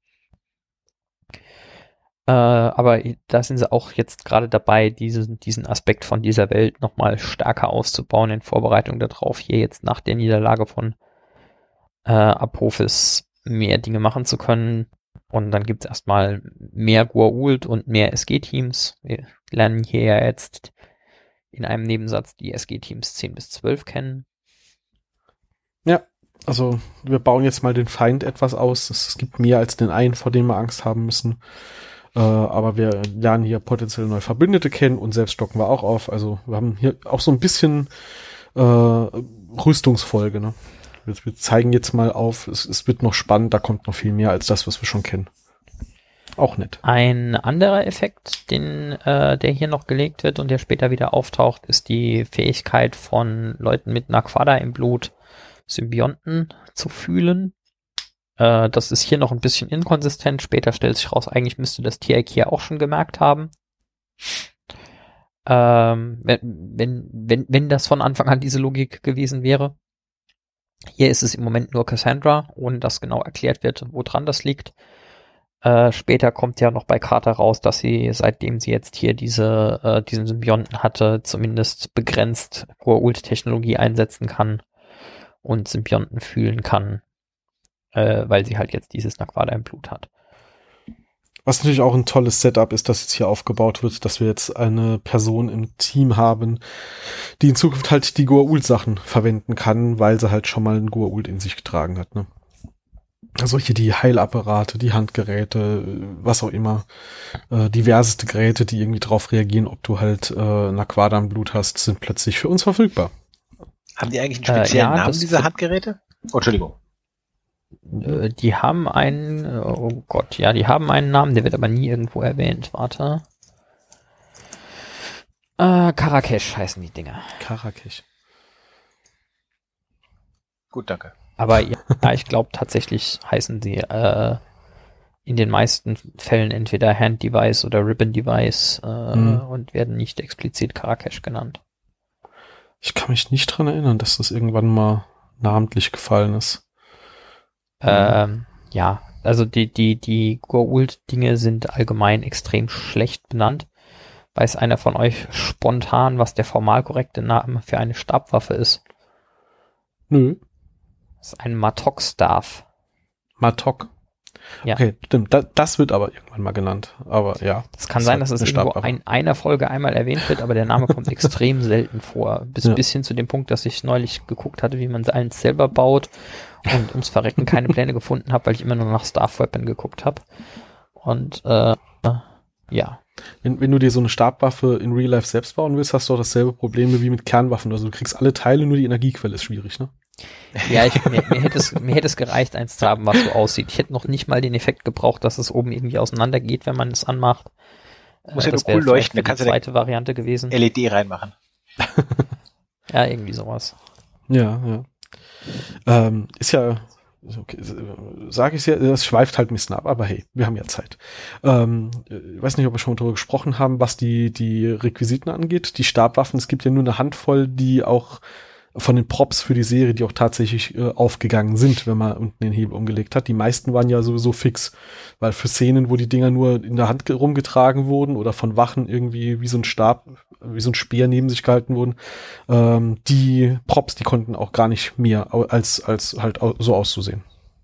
Äh, aber da sind sie auch jetzt gerade dabei, diesen, diesen Aspekt von dieser Welt nochmal stärker auszubauen in Vorbereitung darauf, hier jetzt nach der Niederlage von äh, Apophis mehr Dinge machen zu können. Und dann gibt es erstmal mehr Goa'uld und mehr S G-Teams. Wir lernen hier ja jetzt in einem Nebensatz die S G-Teams zehn bis zwölf kennen. Ja, also wir bauen jetzt mal den Feind etwas aus. Es, es gibt mehr als den einen, vor dem wir Angst haben müssen. Äh, aber wir lernen hier potenziell neue Verbündete kennen und selbst stocken wir auch auf. Also wir haben hier auch so ein bisschen äh, Rüstungsfolge. Ne? Wir, wir zeigen jetzt mal auf, es, es wird noch spannend, da kommt noch viel mehr als das, was wir schon kennen. Auch nett. Ein anderer Effekt, den, äh, der hier noch gelegt wird und der später wieder auftaucht, ist die Fähigkeit von Leuten mit Naquada im Blut, Symbionten zu fühlen. Äh, das ist hier noch ein bisschen inkonsistent. Später stellt sich raus, eigentlich müsste das T I K hier auch schon gemerkt haben. Ähm, wenn, wenn, wenn, wenn das von Anfang an diese Logik gewesen wäre. Hier ist es im Moment nur Cassandra, ohne dass genau erklärt wird, woran das liegt. Äh, später kommt ja noch bei Carter raus, dass sie, seitdem sie jetzt hier diese, äh, diesen Symbionten hatte, zumindest begrenzt Goa'uld-Technologie einsetzen kann und Symbionten fühlen kann, äh, weil sie halt jetzt dieses Naquada im Blut hat. Was natürlich auch ein tolles Setup ist, das jetzt hier aufgebaut wird, dass wir jetzt eine Person im Team haben, die in Zukunft halt die Goa'uld-Sachen verwenden kann, weil sie halt schon mal einen Goa'uld in sich getragen hat, ne? Also hier die Heilapparate, die Handgeräte, was auch immer, äh, diverseste Geräte, die irgendwie drauf reagieren, ob du halt äh, Naquada im Blut hast, sind plötzlich für uns verfügbar. Haben die eigentlich einen speziellen Äh, ja, Namen, das- diese Handgeräte? Oh, Entschuldigung. Äh, die haben einen, äh, oh Gott, ja, die haben einen Namen, der wird aber nie irgendwo erwähnt. Warte. Äh, Karakesh heißen die Dinger. Karakesh. Gut, danke. Aber ja, ich glaube tatsächlich heißen sie äh, in den meisten Fällen entweder Hand Device oder Ribbon Device äh, Hm. und werden nicht explizit Karakesh genannt. Ich kann mich nicht dran erinnern, dass das irgendwann mal namentlich gefallen ist. Ähm, ja, also die, die, die Goa'uld-Dinge sind allgemein extrem schlecht benannt. Weiß einer von euch spontan, was der formal korrekte Name für eine Stabwaffe ist? Nö. Das ist ein Matok-Staff. Matok. Ja. Okay, stimmt. Da, das wird aber irgendwann mal genannt. Aber ja. Es kann sein, dass es eine irgendwo Stabwaffe. in einer Folge einmal erwähnt wird, aber der Name kommt extrem selten vor. Bis, Ja. bis hin zu dem Punkt, dass ich neulich geguckt hatte, wie man eins selber baut und ums Verrecken keine Pläne gefunden habe, weil ich immer nur nach Staff Weapon geguckt habe. Und äh, ja, Wenn, wenn du dir so eine Stabwaffe in Real Life selbst bauen willst, hast du auch dasselbe Problem wie mit Kernwaffen. Also du kriegst alle Teile, nur die Energiequelle ist schwierig, ne? Ja, ich, mir, mir, hätte es, mir hätte es gereicht, eins zu haben, was so aussieht. Ich hätte noch nicht mal den Effekt gebraucht, dass es oben irgendwie auseinander geht, wenn man es anmacht. Muss äh, ja nur cool leuchten, da kannst du du die zweite Variante gewesen. L E D reinmachen. Ja, irgendwie sowas. Ja, ja. Ähm, ist ja, okay, sage ich ja, das schweift halt ein bisschen ab, aber hey, wir haben ja Zeit. Ähm, ich weiß nicht, ob wir schon darüber gesprochen haben, was die, die Requisiten angeht. Die Stabwaffen, es gibt ja nur eine Handvoll, die auch von den Props für die Serie, die auch tatsächlich äh, aufgegangen sind, wenn man unten den Hebel umgelegt hat. Die meisten waren ja sowieso fix, weil für Szenen, wo die Dinger nur in der Hand rumgetragen wurden oder von Wachen irgendwie wie so ein Stab, wie so ein Speer neben sich gehalten wurden, ähm, die Props, die konnten auch gar nicht mehr als, als halt so auszusehen.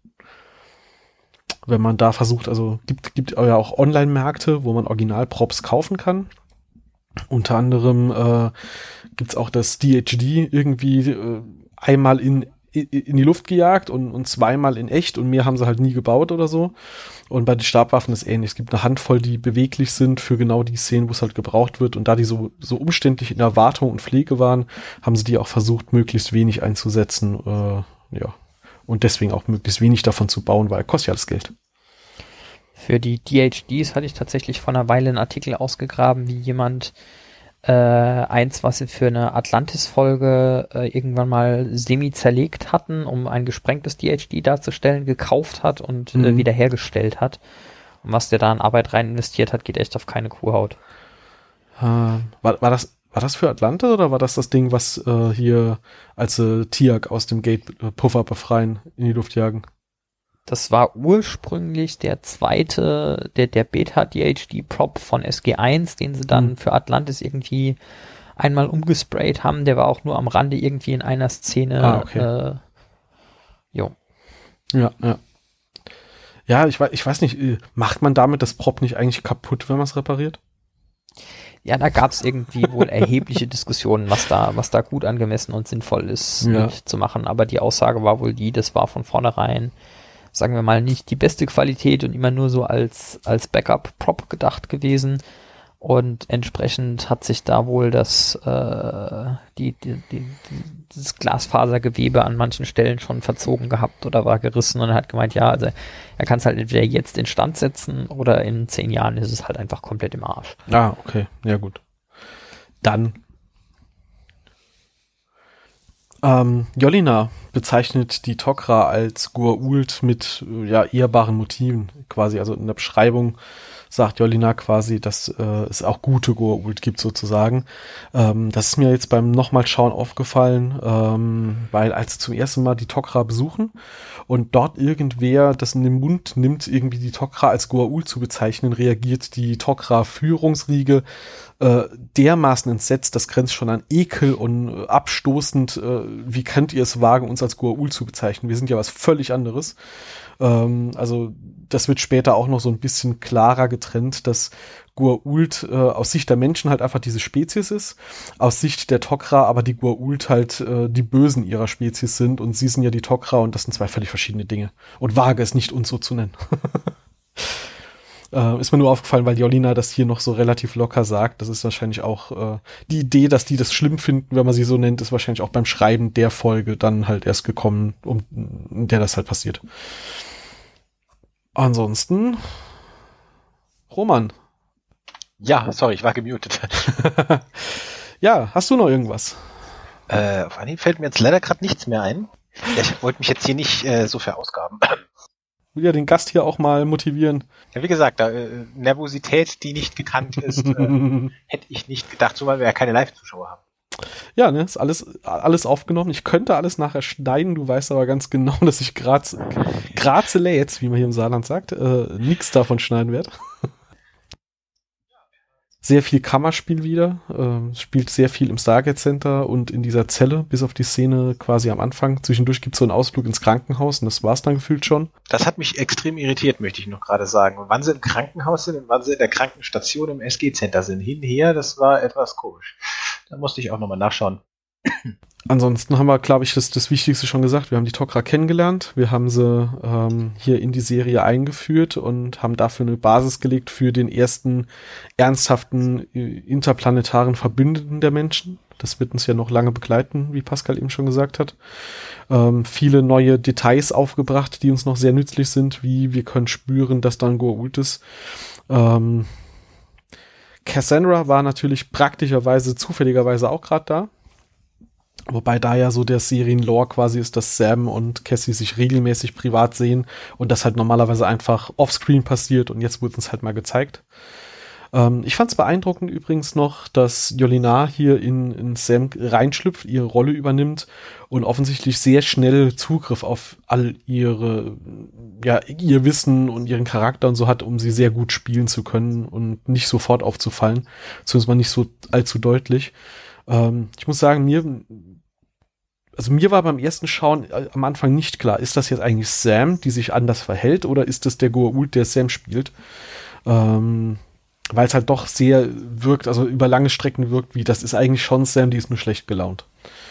Wenn man da versucht, also gibt, gibt ja auch Online-Märkte, wo man Original-Props kaufen kann. Unter anderem äh, gibt's auch das D H D irgendwie äh, einmal in, in in die Luft gejagt und, und zweimal in echt und mehr haben sie halt nie gebaut oder so. Und bei den Stabwaffen ist ähnlich. Es gibt eine Handvoll, die beweglich sind für genau die Szenen, wo es halt gebraucht wird. Und da die so, so umständlich in der Wartung und Pflege waren, haben sie die auch versucht, möglichst wenig einzusetzen. Äh, ja. Und deswegen auch möglichst wenig davon zu bauen, weil kostet ja alles Geld. Für die D H Ds hatte ich tatsächlich vor einer Weile einen Artikel ausgegraben, wie jemand äh, eins, was sie für eine Atlantis-Folge äh, irgendwann mal semi-zerlegt hatten, um ein gesprengtes D H D darzustellen, gekauft hat und mhm. äh, wiederhergestellt hat. Und was der da an Arbeit rein investiert hat, geht echt auf keine Kuhhaut. Äh, war, war das war das für Atlantis oder war das das Ding, was äh, hier als äh, Tiag aus dem Gate-Puffer befreien, in die Luft jagen? Das war ursprünglich der zweite, der, der Beta-D H D-Prop von S G eins, den sie dann mhm. für Atlantis irgendwie einmal umgesprayt haben. Der war auch nur am Rande irgendwie in einer Szene. Ah, okay. Äh, jo. Ja, ja. Ja, ich weiß, ich weiß nicht, macht man damit das Prop nicht eigentlich kaputt, wenn man es repariert? Ja, da gab es irgendwie wohl erhebliche Diskussionen, was da, was da gut angemessen und sinnvoll ist, ja. nicht zu machen. Aber die Aussage war wohl die, das war von vornherein, sagen wir mal, nicht die beste Qualität und immer nur so als, als Backup-Prop gedacht gewesen. Und entsprechend hat sich da wohl das, äh, die, die, die, das Glasfasergewebe an manchen Stellen schon verzogen gehabt oder war gerissen und er hat gemeint, ja, also er kann es halt entweder jetzt instand setzen oder in zehn Jahren ist es halt einfach komplett im Arsch. Ah, okay, ja gut. Dann Ähm, Jolina bezeichnet die Tok'ra als Goa'uld mit ja ehrbaren Motiven quasi. Also in der Beschreibung sagt Jolina quasi, dass äh, es auch gute Goa'uld gibt sozusagen. Ähm, das ist mir jetzt beim nochmal schauen aufgefallen, ähm, weil als sie zum ersten Mal die Tok'ra besuchen und dort irgendwer das in den Mund nimmt, irgendwie die Tok'ra als Goa'uld zu bezeichnen, reagiert die Tok'ra-Führungsriege äh, dermaßen entsetzt, das grenzt schon an Ekel und äh, abstoßend. Äh, wie könnt ihr es wagen, uns als Goa'uld zu bezeichnen? Wir sind ja was völlig anderes. Ähm, also das wird später auch noch so ein bisschen klarer getrennt, dass Goa'uld äh, aus Sicht der Menschen halt einfach diese Spezies ist, aus Sicht der Tok'ra aber die Goa'uld halt äh, die Bösen ihrer Spezies sind und sie sind ja die Tok'ra und das sind zwei völlig verschiedene Dinge. Und wage es nicht, uns so zu nennen. Äh, ist mir nur aufgefallen, weil Jolina das hier noch so relativ locker sagt. Das ist wahrscheinlich auch äh, die Idee, dass die das schlimm finden, wenn man sie so nennt, ist wahrscheinlich auch beim Schreiben der Folge dann halt erst gekommen, um in der das halt passiert. Ansonsten Roman. Ja, sorry, ich war gemutet. Ja, hast du noch irgendwas? Äh, auf Anhieb fällt mir jetzt leider gerade nichts mehr ein. Ja, ich wollte mich jetzt hier nicht äh, so verausgaben. Will ja den Gast hier auch mal motivieren. Ja, wie gesagt, da, äh, Nervosität, die nicht gekannt ist, äh, hätte ich nicht gedacht, zumal wir ja keine Live-Zuschauer haben. Ja, ne, ist alles, alles aufgenommen. Ich könnte alles nachher schneiden, du weißt aber ganz genau, dass ich Graz, Grazeläts, wie man hier im Saarland sagt, äh, nichts davon schneiden werde. Sehr viel Kammerspiel wieder, äh, spielt sehr viel im Stargate Center und in dieser Zelle, bis auf die Szene quasi am Anfang. Zwischendurch gibt es so einen Ausflug ins Krankenhaus und das war's dann gefühlt schon. Das hat mich extrem irritiert, möchte ich noch gerade sagen. Und wann sie im Krankenhaus sind und wann sie in der Krankenstation im S G Center sind, hinher, das war etwas komisch. Da musste ich auch nochmal nachschauen. Ansonsten haben wir, glaube ich, das, das Wichtigste schon gesagt. Wir haben die Tok'ra kennengelernt. Wir haben sie ähm, hier in die Serie eingeführt und haben dafür eine Basis gelegt für den ersten ernsthaften äh, interplanetaren Verbündeten der Menschen. Das wird uns ja noch lange begleiten, wie Pascal eben schon gesagt hat. Ähm, viele neue Details aufgebracht, die uns noch sehr nützlich sind, wie wir können spüren, dass da ein Goa'uld ist. Ähm, Cassandra war natürlich praktischerweise, zufälligerweise auch gerade da. Wobei da ja so der Serienlore quasi ist, dass Sam und Cassie sich regelmäßig privat sehen und das halt normalerweise einfach offscreen passiert und jetzt wurde uns halt mal gezeigt. Ähm, ich fand es beeindruckend übrigens noch, dass Yolina hier in, in Sam reinschlüpft, ihre Rolle übernimmt und offensichtlich sehr schnell Zugriff auf all ihre, ja, ihr Wissen und ihren Charakter und so hat, um sie sehr gut spielen zu können und nicht sofort aufzufallen. Zumindest mal nicht so allzu deutlich. Ähm, ich muss sagen, mir Also mir war beim ersten Schauen äh, am Anfang nicht klar, ist das jetzt eigentlich Sam, die sich anders verhält, oder ist das der Goa'uld, der Sam spielt? Ähm, weil es halt doch sehr wirkt, also über lange Strecken wirkt, wie das ist eigentlich schon Sam, die ist nur schlecht gelaunt.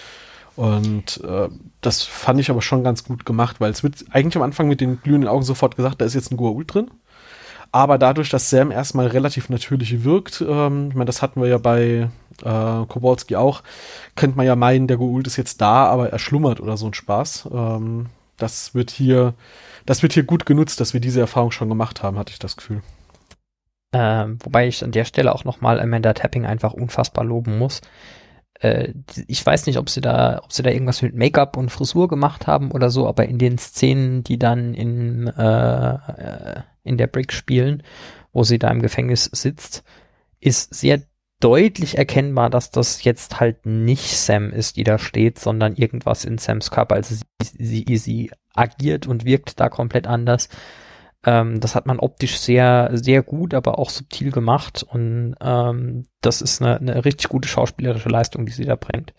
Und äh, das fand ich aber schon ganz gut gemacht, weil es wird eigentlich am Anfang mit den glühenden Augen sofort gesagt, da ist jetzt ein Goa'uld drin. Aber dadurch, dass Sam erstmal relativ natürlich wirkt, ähm, ich meine, das hatten wir ja bei äh, Kowalski auch, könnte man ja meinen, der Goa'uld ist jetzt da, aber er schlummert oder so ein Spaß. Ähm, das wird hier, das wird hier gut genutzt, dass wir diese Erfahrung schon gemacht haben, hatte ich das Gefühl. Ähm, wobei ich an der Stelle auch nochmal Amanda Tapping einfach unfassbar loben muss. Äh, ich weiß nicht, ob sie da, ob sie da irgendwas mit Make-up und Frisur gemacht haben oder so, aber in den Szenen, die dann in, äh, in der Brick spielen, wo sie da im Gefängnis sitzt, ist sehr deutlich erkennbar, dass das jetzt halt nicht Sam ist, die da steht, sondern irgendwas in Sams Körper. Also sie, sie, sie agiert und wirkt da komplett anders. Ähm, das hat man optisch sehr, sehr gut, aber auch subtil gemacht und ähm, das ist eine, eine richtig gute schauspielerische Leistung, die sie da bringt.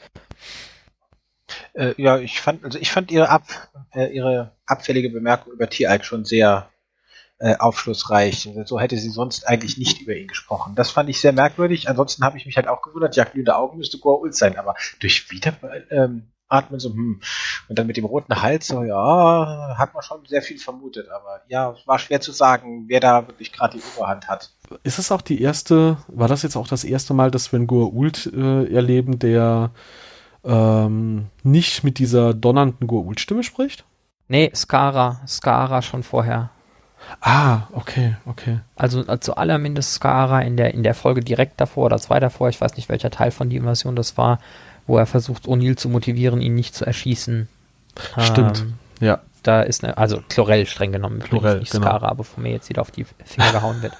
Äh, ja, ich fand, also ich fand ihre, Ab, äh, ihre abfällige Bemerkung über T-Alk schon sehr äh, aufschlussreich. So hätte sie sonst eigentlich nicht über ihn gesprochen. Das fand ich sehr merkwürdig. Ansonsten habe ich mich halt auch gewundert, ja, glühende Augen müsste Goa'uld sein, aber durch wieder ähm, atmen so, hm. Und dann mit dem roten Hals, so, ja, hat man schon sehr viel vermutet, aber ja, war schwer zu sagen, wer da wirklich gerade die Oberhand hat. Ist es auch die erste, war das jetzt auch das erste Mal, dass wir einen Goa'uld äh, erleben, der ähm, nicht mit dieser donnernden Goa'uld-Stimme spricht? Nee, Skara, Skara schon vorher. Ah, okay, okay. Also zuallermindest Skara in der, in der Folge direkt davor oder zwei davor, ich weiß nicht, welcher Teil von die Invasion das war, wo er versucht, O'Neill zu motivieren, ihn nicht zu erschießen. Stimmt, ähm, ja. Da ist eine, also Chlorel streng genommen, Chlorel, nicht genau. Skara, bevor mir jetzt wieder auf die Finger gehauen wird.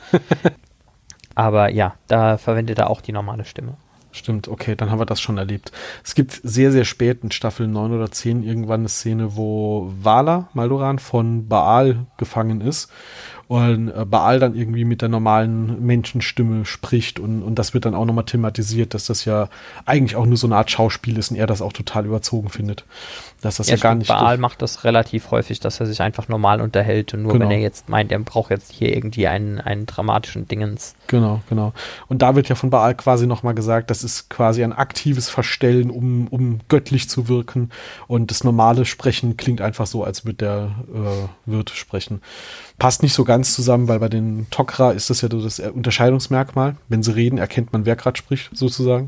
Aber ja, da verwendet er auch die normale Stimme. Stimmt, okay, dann haben wir das schon erlebt. Es gibt sehr, sehr spät in Staffel neun oder zehn irgendwann eine Szene, wo Vala Maldoran von Baal gefangen ist und äh, Baal dann irgendwie mit der normalen Menschenstimme spricht und, und das wird dann auch nochmal thematisiert, dass das ja eigentlich auch nur so eine Art Schauspiel ist und er das auch total überzogen findet. Dass das ja, ja gar nicht... Baal macht das relativ häufig, dass er sich einfach normal unterhält und nur genau. wenn er jetzt meint, er braucht jetzt hier irgendwie einen, einen dramatischen Dingens. Genau, genau. Und da wird ja von Baal quasi nochmal gesagt, das ist quasi ein aktives Verstellen, um, um göttlich zu wirken und das normale Sprechen klingt einfach so, als würde der äh, Wirt sprechen. Passt nicht so ganz zusammen, weil bei den Tok'ra ist das ja so das Unterscheidungsmerkmal. Wenn sie reden, erkennt man, wer gerade spricht, sozusagen.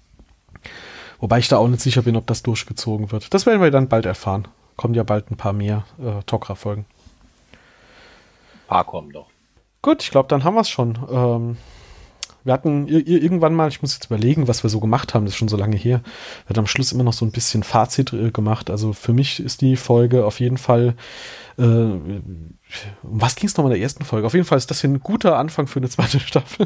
Wobei ich da auch nicht sicher bin, ob das durchgezogen wird. Das werden wir dann bald erfahren. Kommen ja bald ein paar mehr äh, Tok'ra-Folgen. Ein paar kommen doch. Gut, ich glaube, dann haben wir es schon. Ähm, wir hatten ir- ir- irgendwann mal, ich muss jetzt überlegen, was wir so gemacht haben, das ist schon so lange her. Wir hatten am Schluss immer noch so ein bisschen Fazit äh, gemacht. Also für mich ist die Folge auf jeden Fall, äh, um was ging es nochmal in der ersten Folge? Auf jeden Fall ist das hier ein guter Anfang für eine zweite Staffel.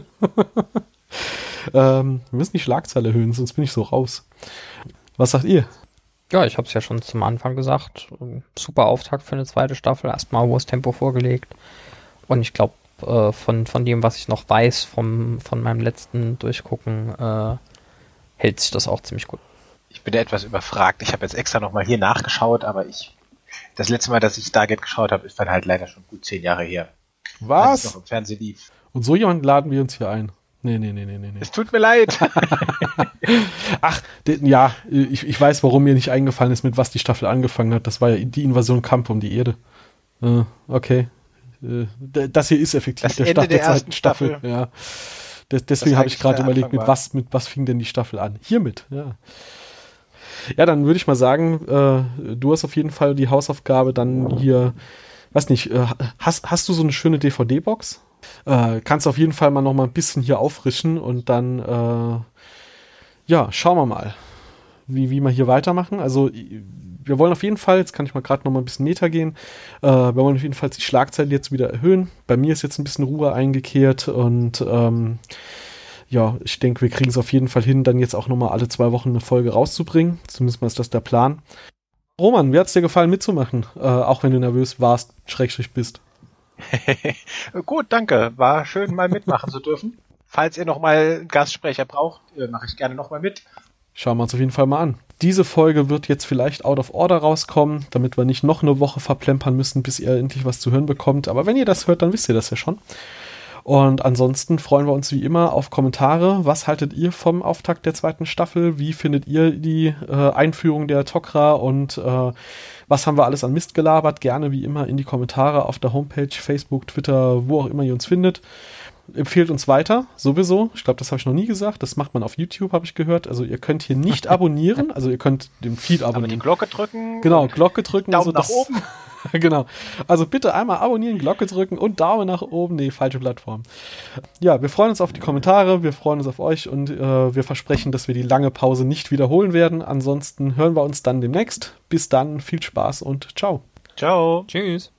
ähm, wir müssen die Schlagzeile erhöhen, sonst bin ich so raus. Was sagt ihr? Ja, ich habe es ja schon zum Anfang gesagt. Super Auftakt für eine zweite Staffel. Erstmal hohes Tempo vorgelegt. Und ich glaube, äh, von, von dem, was ich noch weiß, vom, von meinem letzten Durchgucken, äh, hält sich das auch ziemlich gut. Ich bin da etwas überfragt. Ich habe jetzt extra nochmal hier nachgeschaut, aber ich das letzte Mal, dass ich Stargate geschaut habe, ist dann halt leider schon gut zehn Jahre her. Was? Als es noch im Fernsehen lief. Und so jemanden laden wir uns hier ein. Nee, nee, nee, nee, nee. Es tut mir leid. Ach, de, ja, ich, ich weiß, warum mir nicht eingefallen ist, mit was die Staffel angefangen hat. Das war ja die Invasion Kampf um die Erde. Äh, okay. Äh, das hier ist effektiv das der Ende Start der, der zweiten Staffel. Staffel. Ja. Des, deswegen habe ich gerade überlegt, mit was, mit was fing denn die Staffel an? Hiermit, ja. Ja, dann würde ich mal sagen, äh, du hast auf jeden Fall die Hausaufgabe dann hier, weiß nicht, äh, hast, hast du so eine schöne D V D-Box? Äh, kannst auf jeden Fall mal noch mal ein bisschen hier auffrischen und dann, äh, ja, schauen wir mal, wie, wie wir hier weitermachen. Also, wir wollen auf jeden Fall, jetzt kann ich mal gerade noch mal ein bisschen Meter gehen, äh, wir wollen auf jeden Fall die Schlagzeile jetzt wieder erhöhen. Bei mir ist jetzt ein bisschen Ruhe eingekehrt und, ähm, ja, ich denke, wir kriegen es auf jeden Fall hin, dann jetzt auch noch mal alle zwei Wochen eine Folge rauszubringen. Zumindest mal ist das der Plan. Roman, wie hat es dir gefallen mitzumachen, äh, auch wenn du nervös warst, Schrägstrich bist? Gut, danke. War schön, mal mitmachen zu dürfen. Falls ihr noch mal einen Gastsprecher braucht, äh, mache ich gerne noch mal mit. Schauen wir uns auf jeden Fall mal an. Diese Folge wird jetzt vielleicht out of order rauskommen, damit wir nicht noch eine Woche verplempern müssen, bis ihr endlich was zu hören bekommt. Aber wenn ihr das hört, dann wisst ihr das ja schon. Und ansonsten freuen wir uns wie immer auf Kommentare. Was haltet ihr vom Auftakt der zweiten Staffel? Wie findet ihr die äh, Einführung der Tok'ra? Und äh, was haben wir alles an Mist gelabert? Gerne wie immer in die Kommentare auf der Homepage, Facebook, Twitter, wo auch immer ihr uns findet. Empfehlt uns weiter, sowieso. Ich glaube, das habe ich noch nie gesagt. Das macht man auf YouTube, habe ich gehört. Also ihr könnt hier nicht abonnieren. Also ihr könnt den Feed abonnieren. Aber die Glocke drücken. Genau, Glocke drücken. Daumen so, nach dass, oben. Genau. Also bitte einmal abonnieren, Glocke drücken und Daumen nach oben. Nee, falsche Plattform. Ja, wir freuen uns auf die Kommentare, wir freuen uns auf euch und äh, wir versprechen, dass wir die lange Pause nicht wiederholen werden. Ansonsten hören wir uns dann demnächst. Bis dann, viel Spaß und ciao. Ciao. Tschüss.